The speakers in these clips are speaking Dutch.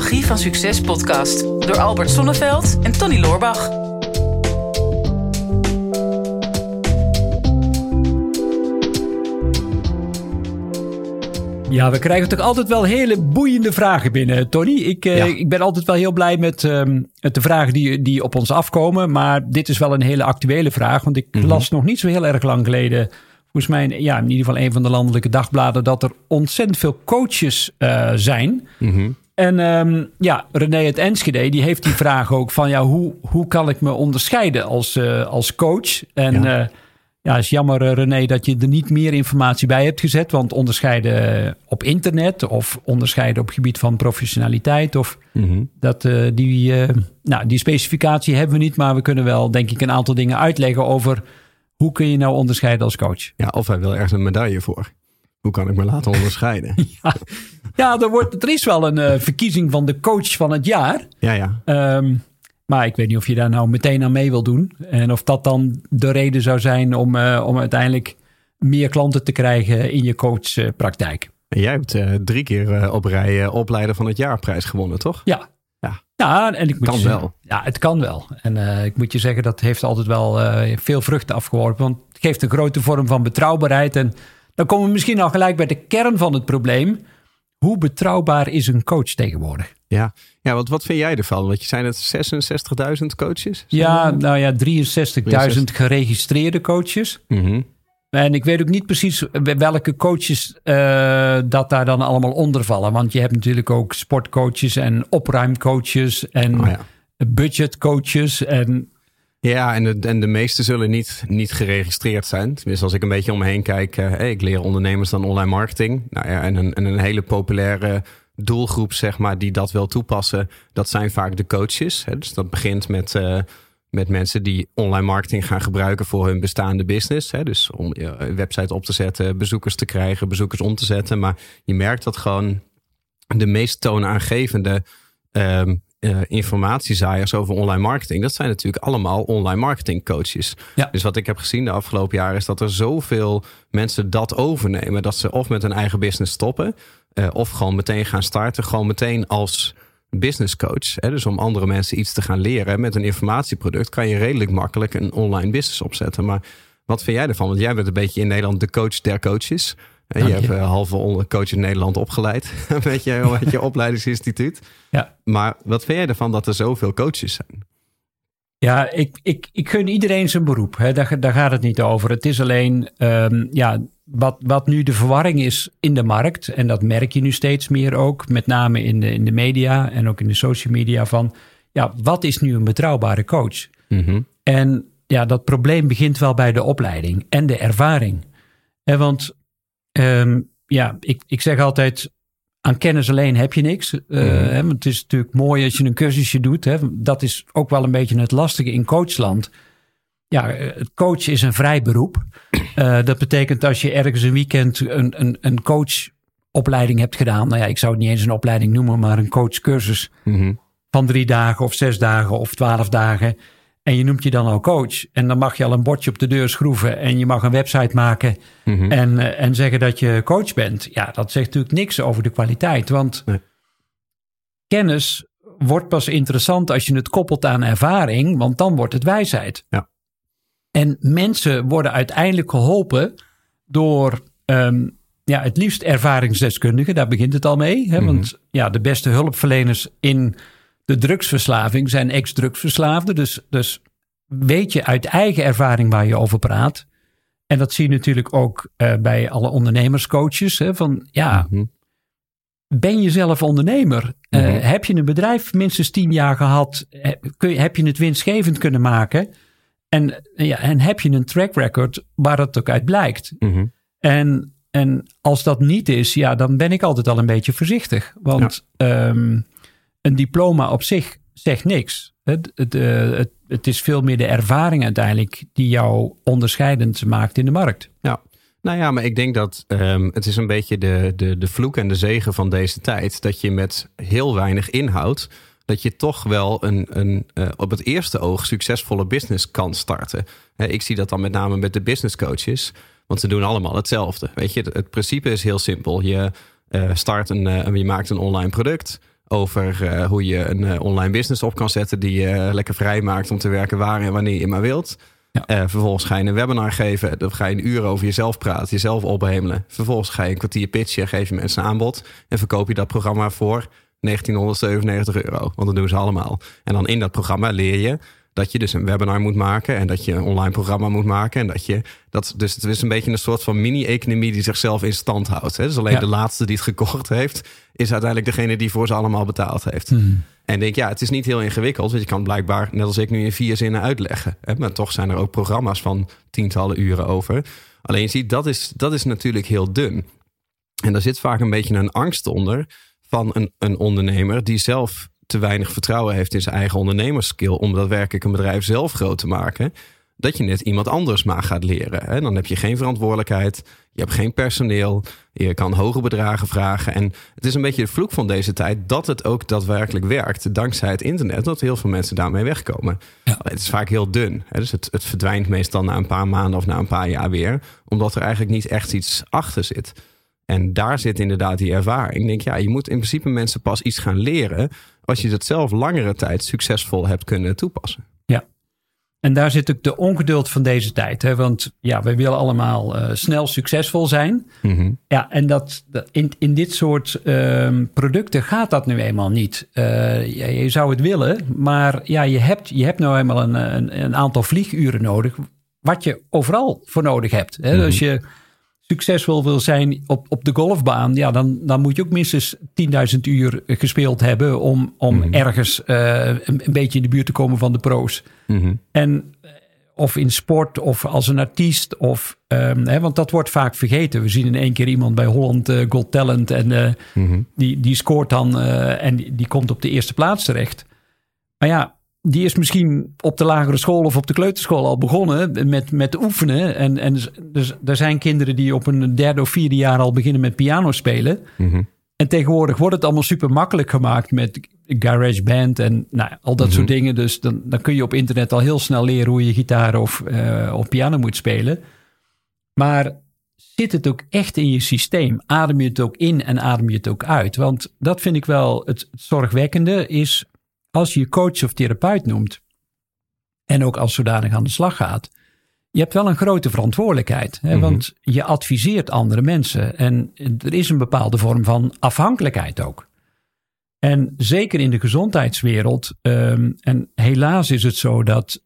Psychologie van Succes podcast door Albert Sonneveld en Tony Loorbach. Ja, we krijgen toch altijd wel hele boeiende vragen binnen, Tony. Ik ben altijd wel heel blij met de vragen die op ons afkomen. Maar dit is wel een hele actuele vraag. Want ik las nog niet zo heel erg lang geleden, volgens mij in ieder geval een van de landelijke dagbladen, dat er ontzettend veel coaches zijn. En René uit Enschede, die heeft die vraag ook van hoe kan ik me onderscheiden als coach? En het is jammer, René, dat je er niet meer informatie bij hebt gezet. Want onderscheiden op internet of onderscheiden op gebied van professionaliteit. Die specificatie hebben we niet. Maar we kunnen wel, denk ik, een aantal dingen uitleggen over hoe kun je nou onderscheiden als coach. Ja, of hij wil ergens een medaille voor. Hoe kan ik me laten onderscheiden? Er is wel een verkiezing van de coach van het jaar. Ja. Maar ik weet niet of je daar nou meteen aan mee wil doen. En of dat dan de reden zou zijn om uiteindelijk meer klanten te krijgen in je coachpraktijk. En jij hebt 3 keer op rij opleider van het jaarprijs gewonnen, toch? Ja. En ik moet kan wel. Ja, het kan wel. En ik moet je zeggen, dat heeft altijd wel veel vruchten afgeworpen. Want het geeft een grote vorm van betrouwbaarheid. En dan komen we misschien al gelijk bij de kern van het probleem. Hoe betrouwbaar is een coach tegenwoordig? Ja, wat vind jij ervan? Want je zei net 66.000 coaches? 63.000 geregistreerde coaches. En ik weet ook niet precies welke coaches dat daar dan allemaal onder vallen. Want je hebt natuurlijk ook sportcoaches en opruimcoaches en budgetcoaches. Ja, en de meeste zullen niet geregistreerd zijn. Tenminste, als ik een beetje om me heen kijk. Ik leer ondernemers dan online marketing. En een hele populaire doelgroep, zeg maar, die dat wil toepassen. Dat zijn vaak de coaches. Dus dat begint met mensen die online marketing gaan gebruiken voor hun bestaande business. Dus om je website op te zetten, bezoekers te krijgen, bezoekers om te zetten. Maar je merkt dat gewoon de meest toonaangevende informatiezaaiers over online marketing, dat zijn natuurlijk allemaal online marketing coaches. Ja. Dus wat ik heb gezien de afgelopen jaren is dat er zoveel mensen dat overnemen, dat ze of met hun eigen business stoppen, of gewoon meteen gaan starten, gewoon meteen als business coach. Dus om andere mensen iets te gaan leren met een informatieproduct, kan je redelijk makkelijk een online business opzetten. Maar wat vind jij ervan? Want jij bent een beetje in Nederland de coach der coaches. Je hebt halve coach in Nederland opgeleid met je opleidingsinstituut. Ja. Maar wat vind jij ervan dat er zoveel coaches zijn? Ja, ik gun iedereen zijn beroep. Hè. Daar gaat het niet over. Het is alleen wat nu de verwarring is in de markt. En dat merk je nu steeds meer ook. Met name in de media en ook in de social media. Van wat is nu een betrouwbare coach? En dat probleem begint wel bij de opleiding en de ervaring. Want ik zeg altijd, aan kennis alleen heb je niks. Want het is natuurlijk mooi als je een cursusje doet. Hè. Dat is ook wel een beetje het lastige in coachland. Ja, coach is een vrij beroep. Dat betekent als je ergens een weekend een coachopleiding hebt gedaan. Ik zou het niet eens een opleiding noemen, maar een coachcursus van 3 dagen of 6 dagen of 12 dagen. En je noemt je dan al coach. En dan mag je al een bordje op de deur schroeven. En je mag een website maken. En zeggen dat je coach bent. Ja, dat zegt natuurlijk niks over de kwaliteit. Want kennis wordt pas interessant als je het koppelt aan ervaring. Want dan wordt het wijsheid. Ja. En mensen worden uiteindelijk geholpen door het liefst ervaringsdeskundigen. Daar begint het al mee. Hè? Want de beste hulpverleners in de drugsverslaving zijn ex-drugsverslaafden. Dus weet je uit eigen ervaring waar je over praat. En dat zie je natuurlijk ook bij alle ondernemerscoaches. Hè, ben je zelf ondernemer? Heb je een bedrijf minstens 10 jaar gehad? Heb je het winstgevend kunnen maken? En heb je een track record waar dat ook uit blijkt? En als dat niet is, dan ben ik altijd al een beetje voorzichtig. Want een diploma op zich zegt niks. Het is veel meer de ervaring uiteindelijk die jou onderscheidend maakt in de markt. Ja. Maar ik denk dat het is een beetje de vloek en de zegen van deze tijd. Dat je met heel weinig inhoud, dat je toch wel een op het eerste oog succesvolle business kan starten. Ik zie dat dan met name met de business coaches. Want ze doen allemaal hetzelfde. Weet je, het principe is heel simpel. Je maakt een online product. over hoe je een online business op kan zetten die je lekker vrij maakt om te werken waar en wanneer je maar wilt. Ja. Vervolgens ga je een webinar geven. Dan ga je een uur over jezelf praten, jezelf ophemelen. Vervolgens ga je een kwartier pitchen, geef je mensen een aanbod en verkoop je dat programma voor €1997. Want dat doen ze allemaal. En dan in dat programma leer je dat je dus een webinar moet maken en dat je een online programma moet maken. En dus het is een beetje een soort van mini-economie die zichzelf in stand houdt. Hè? Dus alleen de laatste die het gekocht heeft, is uiteindelijk degene die voor ze allemaal betaald heeft. En denk, het is niet heel ingewikkeld, want je kan blijkbaar, net als ik nu in 4 zinnen uitleggen. Hè? Maar toch zijn er ook programma's van tientallen uren over. Alleen je ziet, dat is natuurlijk heel dun. En daar zit vaak een beetje een angst onder van een ondernemer die zelf te weinig vertrouwen heeft in zijn eigen ondernemerskill om daadwerkelijk een bedrijf zelf groot te maken, dat je net iemand anders maar gaat leren. Hè? Dan heb je geen verantwoordelijkheid, je hebt geen personeel, je kan hoge bedragen vragen. En het is een beetje de vloek van deze tijd dat het ook daadwerkelijk werkt, dankzij het internet, dat heel veel mensen daarmee wegkomen. Ja. Het is vaak heel dun. Hè? Dus het verdwijnt meestal na een paar maanden of na een paar jaar weer, omdat er eigenlijk niet echt iets achter zit. En daar zit inderdaad die ervaring. Ik denk, je moet in principe mensen pas iets gaan leren als je het zelf langere tijd succesvol hebt kunnen toepassen. Ja, en daar zit ook de ongeduld van deze tijd. Hè? Want wij willen allemaal snel succesvol zijn. Mm-hmm. Ja, en in dit soort producten gaat dat nu eenmaal niet. Je zou het willen, maar je hebt nou eenmaal een aantal vlieguren nodig, wat je overal voor nodig hebt. Hè? Mm-hmm. Als je succesvol wil zijn op de golfbaan, dan moet je ook minstens 10.000 uur gespeeld hebben om ergens een beetje in de buurt te komen van de pro's. Mm-hmm. En of in sport of als een artiest want dat wordt vaak vergeten. We zien in één keer iemand bij Holland Got Talent en die scoort dan en die komt op de eerste plaats terecht. Maar die is misschien op de lagere school of op de kleuterschool al begonnen met oefenen. En dus er zijn kinderen die op een 3e of 4e jaar al beginnen met piano spelen. Mm-hmm. En tegenwoordig wordt het allemaal super makkelijk gemaakt met GarageBand en al dat soort dingen. Dus dan kun je op internet al heel snel leren hoe je gitaar of piano moet spelen. Maar zit het ook echt in je systeem? Adem je het ook in en adem je het ook uit? Want dat vind ik wel het zorgwekkende is, als je je coach of therapeut noemt en ook als zodanig aan de slag gaat, je hebt wel een grote verantwoordelijkheid. Hè? Want je adviseert andere mensen en er is een bepaalde vorm van afhankelijkheid ook. En zeker in de gezondheidswereld, en helaas is het zo dat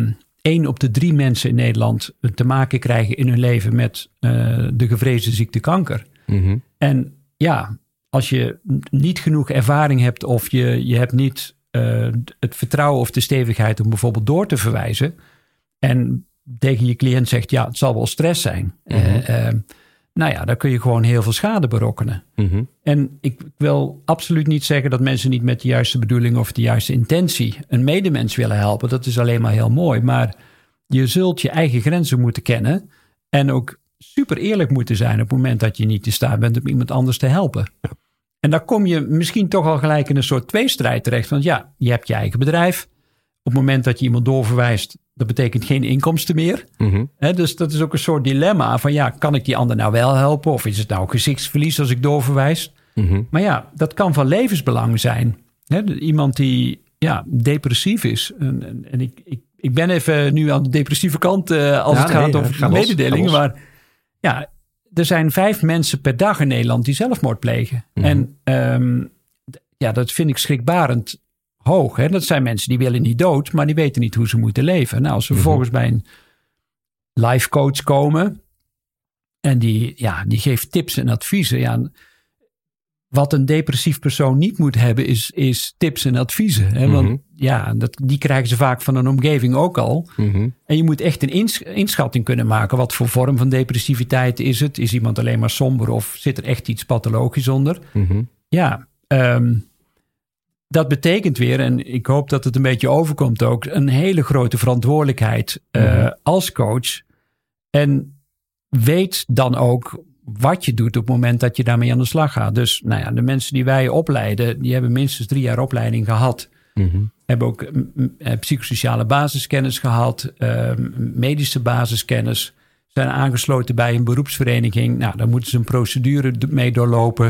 1 op de 3 mensen in Nederland te maken krijgen in hun leven met de gevreesde ziekte kanker. Mm-hmm. En als je niet genoeg ervaring hebt of je hebt niet het vertrouwen of de stevigheid om bijvoorbeeld door te verwijzen en tegen je cliënt zegt, het zal wel stress zijn. Mm-hmm. Dan kun je gewoon heel veel schade berokkenen. Mm-hmm. En ik wil absoluut niet zeggen dat mensen niet met de juiste bedoeling of de juiste intentie een medemens willen helpen. Dat is alleen maar heel mooi. Maar je zult je eigen grenzen moeten kennen en ook super eerlijk moeten zijn op het moment dat je niet in staat bent om iemand anders te helpen. Ja. En dan kom je misschien toch al gelijk in een soort tweestrijd terecht. Want je hebt je eigen bedrijf. Op het moment dat je iemand doorverwijst, dat betekent geen inkomsten meer. Mm-hmm. Dus dat is ook een soort dilemma van kan ik die ander nou wel helpen? Of is het nou gezichtsverlies als ik doorverwijs? Mm-hmm. Maar dat kan van levensbelang zijn. Iemand die depressief is. En ik ben even nu aan de depressieve kant als het gaat over mededelingen. Maar er zijn 5 mensen per dag in Nederland die zelfmoord plegen. Mm-hmm. En dat vind ik schrikbarend hoog. Hè? Dat zijn mensen die willen niet dood, maar die weten niet hoe ze moeten leven. Nou, als ze vervolgens bij een life coach komen en die geeft tips en adviezen. Wat een depressief persoon niet moet hebben is tips en adviezen. Hè? Want die krijgen ze vaak van een omgeving ook al. Mm-hmm. En je moet echt een inschatting kunnen maken. Wat voor vorm van depressiviteit is het? Is iemand alleen maar somber of zit er echt iets pathologisch onder? Mm-hmm. Dat betekent weer, en ik hoop dat het een beetje overkomt ook, een hele grote verantwoordelijkheid als coach. En weet dan ook wat je doet op het moment dat je daarmee aan de slag gaat. Dus de mensen die wij opleiden, die hebben minstens 3 jaar opleiding gehad. Mm-hmm. Hebben ook psychosociale basiskennis gehad, medische basiskennis. Zijn aangesloten bij een beroepsvereniging. Dan moeten ze een procedure mee doorlopen.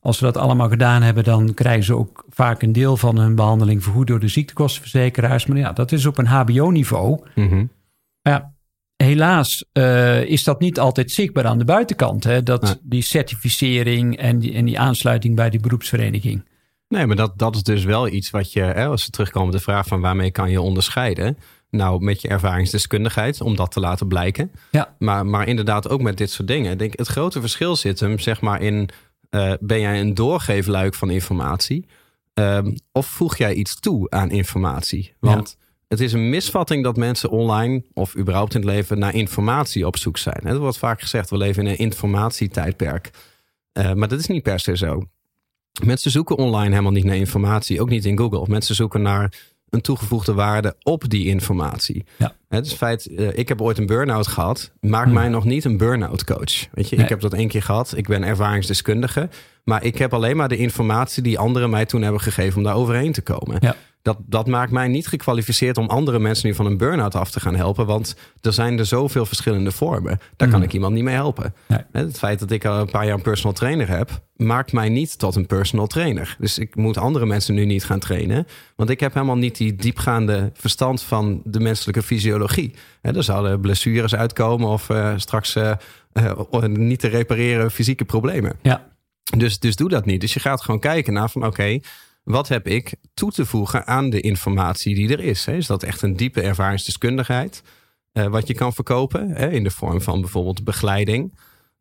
Als ze dat allemaal gedaan hebben, dan krijgen ze ook vaak een deel van hun behandeling vergoed door de ziektekostenverzekeraars. Maar ja, dat is op een HBO-niveau. Mm-hmm. Ja, helaas is dat niet altijd zichtbaar aan de buitenkant. Hè? Die certificering en die aansluiting bij die beroepsvereniging. Nee, maar dat is dus wel iets wat je, als we terugkomen op de vraag van waarmee kan je onderscheiden. Nou, met je ervaringsdeskundigheid, om dat te laten blijken. Ja. Maar inderdaad ook met dit soort dingen. Ik denk, het grote verschil zit hem zeg maar in, ben jij een doorgeefluik van informatie? Of voeg jij iets toe aan informatie? Want het is een misvatting dat mensen online of überhaupt in het leven naar informatie op zoek zijn. Er wordt vaak gezegd, we leven in een informatietijdperk. Maar dat is niet per se zo. Mensen zoeken online helemaal niet naar informatie, ook niet in Google. Of mensen zoeken naar een toegevoegde waarde op die informatie. Ja. Het feit, ik heb ooit een burn-out gehad, maakt mij nog niet een burn-out coach. Weet je, ik heb dat 1 keer gehad. Ik ben ervaringsdeskundige, maar ik heb alleen maar de informatie die anderen mij toen hebben gegeven om daar overheen te komen. Ja. Dat maakt mij niet gekwalificeerd om andere mensen nu van een burn-out af te gaan helpen. Want er zijn er zoveel verschillende vormen. Daar kan ik iemand niet mee helpen. Nee. Het feit dat ik al een paar jaar een personal trainer heb, maakt mij niet tot een personal trainer. Dus ik moet andere mensen nu niet gaan trainen. Want ik heb helemaal niet die diepgaande verstand van de menselijke fysiologie. Er zouden blessures uitkomen of straks niet te repareren fysieke problemen. Ja. Dus doe dat niet. Dus je gaat gewoon kijken naar van oké, wat heb ik toe te voegen aan de informatie die er is? Is dat echt een diepe ervaringsdeskundigheid? Wat je kan verkopen in de vorm van bijvoorbeeld begeleiding.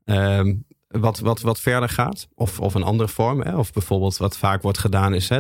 Wat verder gaat. Of een andere vorm. Of bijvoorbeeld wat vaak wordt gedaan is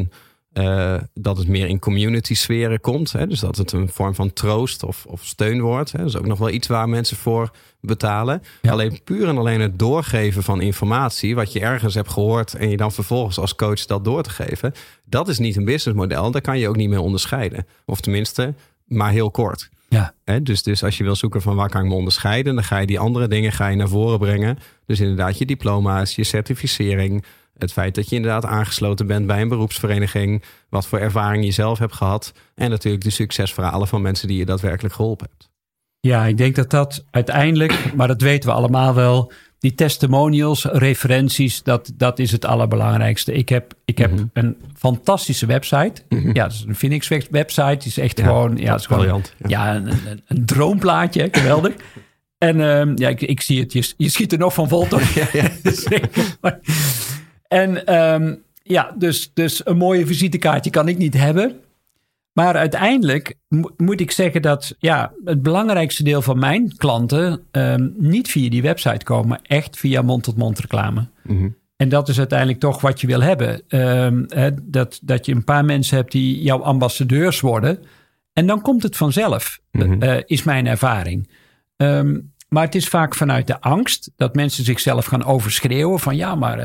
dat het meer in community sferen komt. Dus dat het een vorm van troost of steun wordt. Dat is ook nog wel iets waar mensen voor betalen. Ja. Alleen puur en alleen het doorgeven van informatie, wat je ergens hebt gehoord en je dan vervolgens als coach dat door te geven, dat is niet een businessmodel. Daar kan je ook niet mee onderscheiden. Of tenminste, maar heel kort. Ja. Dus als je wil zoeken van waar kan ik me onderscheiden, dan ga je die andere dingen naar voren brengen. Dus inderdaad je diploma's, je certificering, het feit dat je inderdaad aangesloten bent bij een beroepsvereniging, wat voor ervaring je zelf hebt gehad en natuurlijk de succesverhalen van mensen die je daadwerkelijk geholpen hebt. Ja, ik denk dat uiteindelijk, maar dat weten we allemaal wel, die testimonials, referenties, dat is het allerbelangrijkste. Ik heb een fantastische website. Ja, dat is een Phoenix website. Die is echt gewoon, het is gewoon een droomplaatje, geweldig. En ik zie het, je schiet er nog van vol, toch? Ja. En dus een mooie visitekaartje kan ik niet hebben. Maar uiteindelijk moet ik zeggen dat het belangrijkste deel van mijn klanten niet via die website komen, maar echt via mond-tot-mond reclame. Mm-hmm. En dat is uiteindelijk toch wat je wil hebben. Dat je een paar mensen hebt die jouw ambassadeurs worden. En dan komt het vanzelf, is mijn ervaring. Maar het is vaak vanuit de angst dat mensen zichzelf gaan overschreeuwen van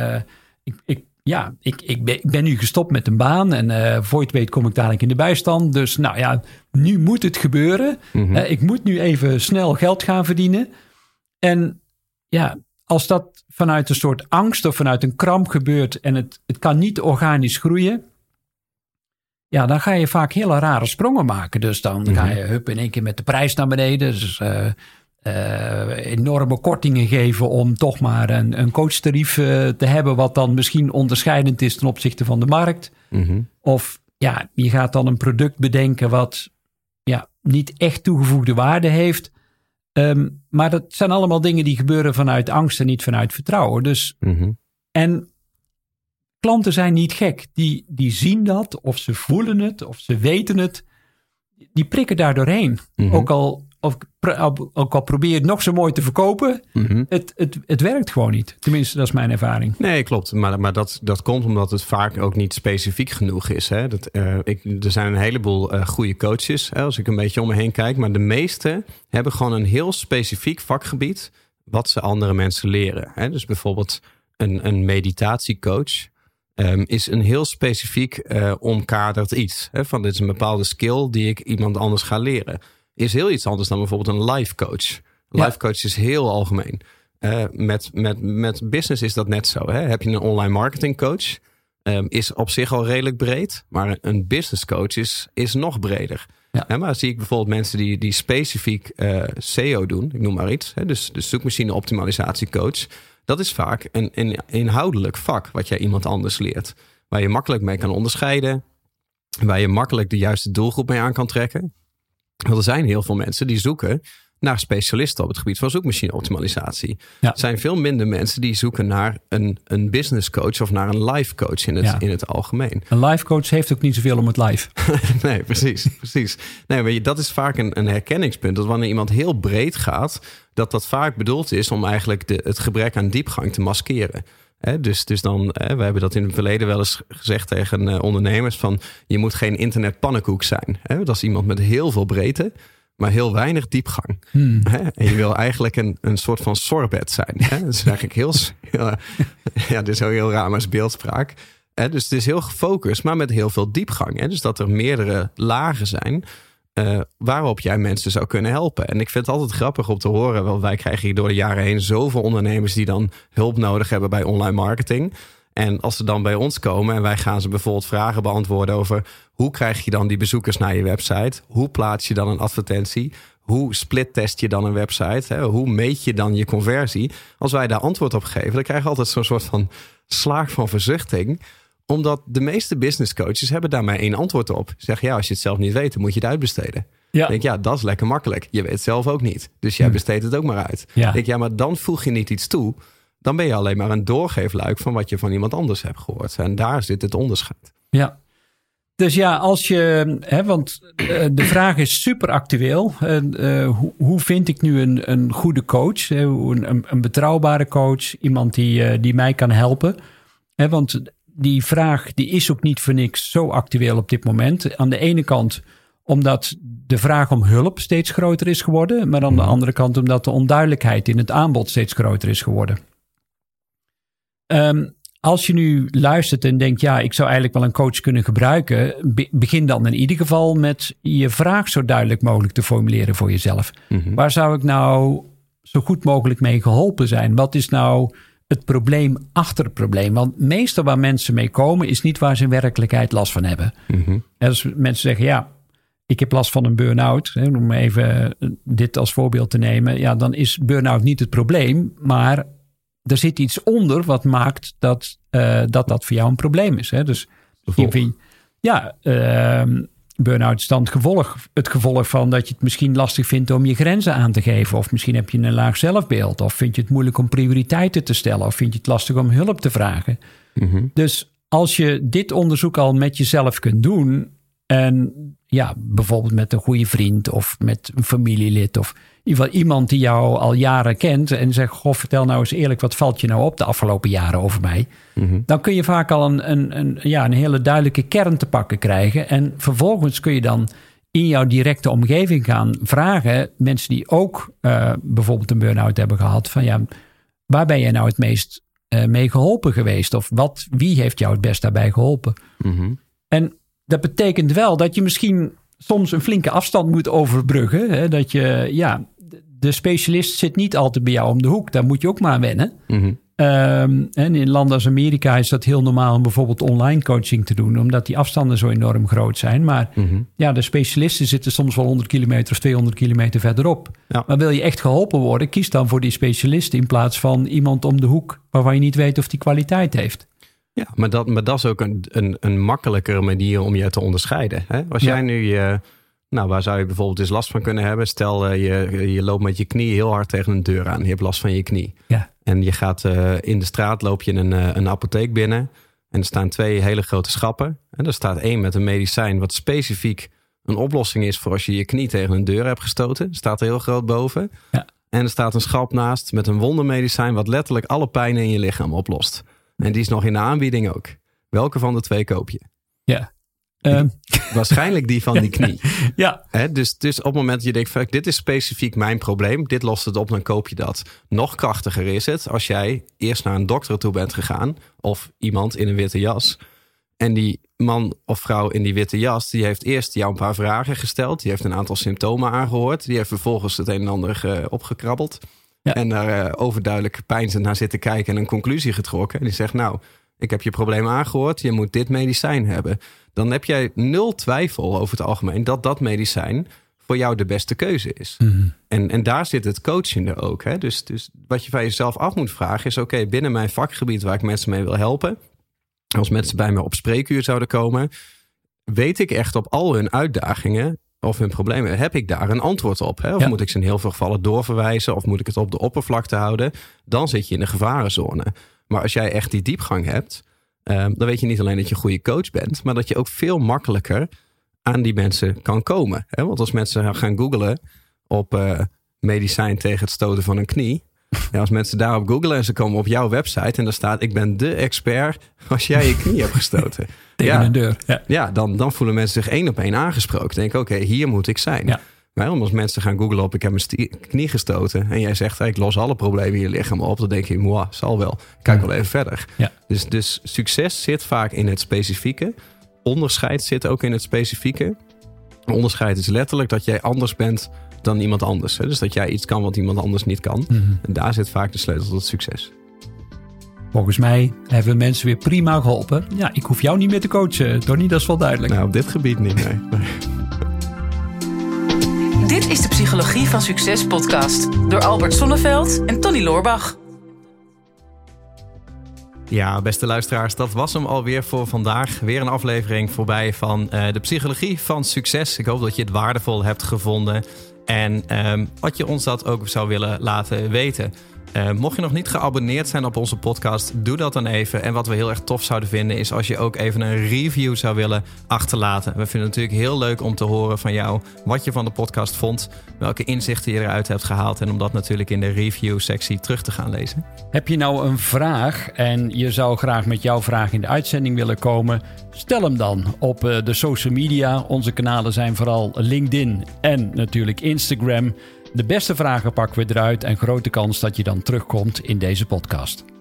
ik ben nu gestopt met een baan en voor je het weet kom ik dadelijk in de bijstand. Dus nu moet het gebeuren. Mm-hmm. Ik moet nu even snel geld gaan verdienen. En als dat vanuit een soort angst of vanuit een kramp gebeurt en het kan niet organisch groeien, dan ga je vaak hele rare sprongen maken. Dus dan ga je in één keer met de prijs naar beneden. Dus enorme kortingen geven om toch maar een coachtarief te hebben, wat dan misschien onderscheidend is ten opzichte van de markt. Mm-hmm. Of je gaat dan een product bedenken wat niet echt toegevoegde waarde heeft. Maar dat zijn allemaal dingen die gebeuren vanuit angst en niet vanuit vertrouwen. Dus, en klanten zijn niet gek. Die zien dat, of ze voelen het, of ze weten het. Die prikken daar doorheen. Mm-hmm. Ook al probeer je het nog zo mooi te verkopen, het werkt gewoon niet. Tenminste, dat is mijn ervaring. Nee, klopt. Maar dat komt omdat het vaak ook niet specifiek genoeg is. Hè? Er zijn een heleboel goede coaches, als ik een beetje om me heen kijk. Maar de meeste hebben gewoon een heel specifiek vakgebied wat ze andere mensen leren. Hè? Dus bijvoorbeeld een meditatiecoach is een heel specifiek omkaderd iets. Hè? Van dit is een bepaalde skill die ik iemand anders ga leren. Is heel iets anders dan bijvoorbeeld een life coach. Life coach is heel algemeen. Met business is dat net zo. Hè? Heb je een online marketing coach, is op zich al redelijk breed. Maar een business coach is nog breder. Ja. Maar zie ik bijvoorbeeld mensen die specifiek SEO doen. Ik noem maar iets. Hè? Dus de zoekmachine optimalisatie coach. Dat is vaak een inhoudelijk vak wat jij iemand anders leert. Waar je makkelijk mee kan onderscheiden. Waar je makkelijk de juiste doelgroep mee aan kan trekken. Want er zijn heel veel mensen die zoeken naar specialisten op het gebied van zoekmachine-optimalisatie. Ja. Er zijn veel minder mensen die zoeken naar een business coach of naar een life coach in het algemeen. Een life coach heeft ook niet zoveel om het life. Nee, precies. Nee, weet je, dat is vaak een herkenningspunt. Dat wanneer iemand heel breed gaat, dat vaak bedoeld is om eigenlijk het gebrek aan diepgang te maskeren. Dus dan, we hebben dat in het verleden wel eens gezegd tegen ondernemers van je moet geen internetpannenkoek zijn. Dat is iemand met heel veel breedte, maar heel weinig diepgang. En je wil eigenlijk een soort van sorbet zijn. Dat is eigenlijk dit is heel raar, maar is beeldspraak. Dus het is heel gefocust, maar met heel veel diepgang. Dus dat er meerdere lagen zijn waarop jij mensen zou kunnen helpen. En ik vind het altijd grappig om te horen, want wij krijgen hier door de jaren heen zoveel ondernemers die dan hulp nodig hebben bij online marketing. En als ze dan bij ons komen en wij gaan ze bijvoorbeeld vragen beantwoorden over hoe krijg je dan die bezoekers naar je website? Hoe plaats je dan een advertentie? Hoe splittest je dan een website? Hoe meet je dan je conversie? Als wij daar antwoord op geven, dan krijg je altijd zo'n soort van slaag van verzuchting. Omdat de meeste business coaches hebben daar maar één antwoord op. Zeggen als je het zelf niet weet, dan moet je het uitbesteden. Ja. Ik denk, dat is lekker makkelijk. Je weet het zelf ook niet. Dus jij besteedt het ook maar uit. Ja. Ik denk, maar dan voeg je niet iets toe. Dan ben je alleen maar een doorgeefluik van wat je van iemand anders hebt gehoord. En daar zit het onderscheid. Ja. Dus als je... want de vraag is super actueel. Hoe vind ik nu een goede coach? Een betrouwbare coach. Iemand die mij kan helpen. Want die vraag die is ook niet voor niks zo actueel op dit moment. Aan de ene kant omdat de vraag om hulp steeds groter is geworden. Maar aan de andere kant omdat de onduidelijkheid in het aanbod steeds groter is geworden. Als je nu luistert en denkt, ik zou eigenlijk wel een coach kunnen gebruiken. Begin dan in ieder geval met je vraag zo duidelijk mogelijk te formuleren voor jezelf. Waar zou ik nou zo goed mogelijk mee geholpen zijn? Wat is nou het probleem achter het probleem? Want meestal waar mensen mee komen is niet waar ze in werkelijkheid last van hebben. Als mensen zeggen, ik heb last van een burn-out. Om even dit als voorbeeld te nemen. Dan is burn-out niet het probleem, maar er zit iets onder wat maakt dat voor jou een probleem is. Dus burn-out is dan het gevolg van dat je het misschien lastig vindt om je grenzen aan te geven. Of misschien heb je een laag zelfbeeld. Of vind je het moeilijk om prioriteiten te stellen. Of vind je het lastig om hulp te vragen. Dus als je dit onderzoek al met jezelf kunt doen. En bijvoorbeeld met een goede vriend of met een familielid. Of in ieder geval iemand die jou al jaren kent. En zegt, vertel nou eens eerlijk, wat valt je nou op de afgelopen jaren over mij? Dan kun je vaak al een hele duidelijke kern te pakken krijgen. En vervolgens kun je dan in jouw directe omgeving gaan vragen. Mensen die ook bijvoorbeeld een burn-out hebben gehad. Van waar ben jij nou het meest mee geholpen geweest? Of wie heeft jou het best daarbij geholpen? En dat betekent wel dat je misschien soms een flinke afstand moet overbruggen. Dat je, de specialist zit niet altijd bij jou om de hoek. Daar moet je ook maar aan wennen. En in landen als Amerika is dat heel normaal om bijvoorbeeld online coaching te doen. Omdat die afstanden zo enorm groot zijn. Maar de specialisten zitten soms wel 100 kilometer of 200 kilometer verderop. Ja. Maar wil je echt geholpen worden, kies dan voor die specialist in plaats van iemand om de hoek waarvan je niet weet of die kwaliteit heeft. Ja, maar dat is ook een makkelijkere manier om je te onderscheiden. Hè? Als jij nu, waar zou je bijvoorbeeld eens last van kunnen hebben? Stel, je loopt met je knie heel hard tegen een deur aan. Je hebt last van je knie. Ja. En je gaat in de straat, loop je een apotheek binnen. En er staan 2 hele grote schappen. En er staat 1 met een medicijn wat specifiek een oplossing is voor als je je knie tegen een deur hebt gestoten. Staat er heel groot boven. Ja. En er staat een schap naast met een wondermedicijn wat letterlijk alle pijn in je lichaam oplost. En die is nog in de aanbieding ook. Welke van de 2 koop je? Ja. Waarschijnlijk die van die knie. Ja. Dus op het moment dat je denkt, dit is specifiek mijn probleem. Dit lost het op, dan koop je dat. Nog krachtiger is het als jij eerst naar een dokter toe bent gegaan. Of iemand in een witte jas. En die man of vrouw in die witte jas, die heeft eerst jou een paar vragen gesteld. Die heeft een aantal symptomen aangehoord. Die heeft vervolgens het een en ander opgekrabbeld. Ja. En daar overduidelijk peinzend naar zitten kijken en een conclusie getrokken. En die zegt, ik heb je probleem aangehoord. Je moet dit medicijn hebben. Dan heb jij 0 twijfel over het algemeen dat medicijn voor jou de beste keuze is. En daar zit het coachende ook. Hè? Dus wat je van jezelf af moet vragen is... oké, binnen mijn vakgebied waar ik mensen mee wil helpen... als mensen bij me op spreekuur zouden komen... weet ik echt op al hun uitdagingen of hun problemen... heb ik daar een antwoord op? Hè? Of moet ik ze in heel veel gevallen doorverwijzen... of moet ik het op de oppervlakte houden? Dan zit je in de gevarenzone. Maar als jij echt die diepgang hebt... dan weet je niet alleen dat je een goede coach bent... maar dat je ook veel makkelijker aan die mensen kan komen. Hè? Want als mensen gaan googlen op medicijn tegen het stoten van een knie... Ja, als mensen daarop googlen en ze komen op jouw website... en daar staat, ik ben de expert als jij je knie hebt gestoten. Tegen een deur. Ja, dan voelen mensen zich 1 op 1 aangesproken. Denken, oké, hier moet ik zijn. Ja. Maar als mensen gaan googlen op, ik heb mijn knie gestoten... en jij zegt, ik los alle problemen in je lichaam op... dan denk je, moi, zal wel. Kijk wel even verder. Ja. Dus succes zit vaak in het specifieke. Onderscheid zit ook in het specifieke. Onderscheid is letterlijk dat jij anders bent... dan iemand anders. Hè? Dus dat jij iets kan wat iemand anders niet kan. En daar zit vaak de sleutel tot succes. Volgens mij hebben we mensen weer prima geholpen. Ja, ik hoef jou niet meer te coachen, Tony, dat is wel duidelijk. Nou, op dit gebied niet, nee. Dit is de Psychologie van Succes podcast. Door Albert Sonneveld en Tony Loorbach. Ja, beste luisteraars, dat was hem alweer voor vandaag. Weer een aflevering voorbij van de Psychologie van Succes. Ik hoop dat je het waardevol hebt gevonden. En wat je ons dat ook zou willen laten weten. Mocht je nog niet geabonneerd zijn op onze podcast, doe dat dan even. En wat we heel erg tof zouden vinden is als je ook even een review zou willen achterlaten. We vinden het natuurlijk heel leuk om te horen van jou wat je van de podcast vond. Welke inzichten je eruit hebt gehaald. En om dat natuurlijk in de review sectie terug te gaan lezen. Heb je nou een vraag en je zou graag met jouw vraag in de uitzending willen komen? Stel hem dan op de social media. Onze kanalen zijn vooral LinkedIn en natuurlijk Instagram. De beste vragen pakken we eruit en grote kans dat je dan terugkomt in deze podcast.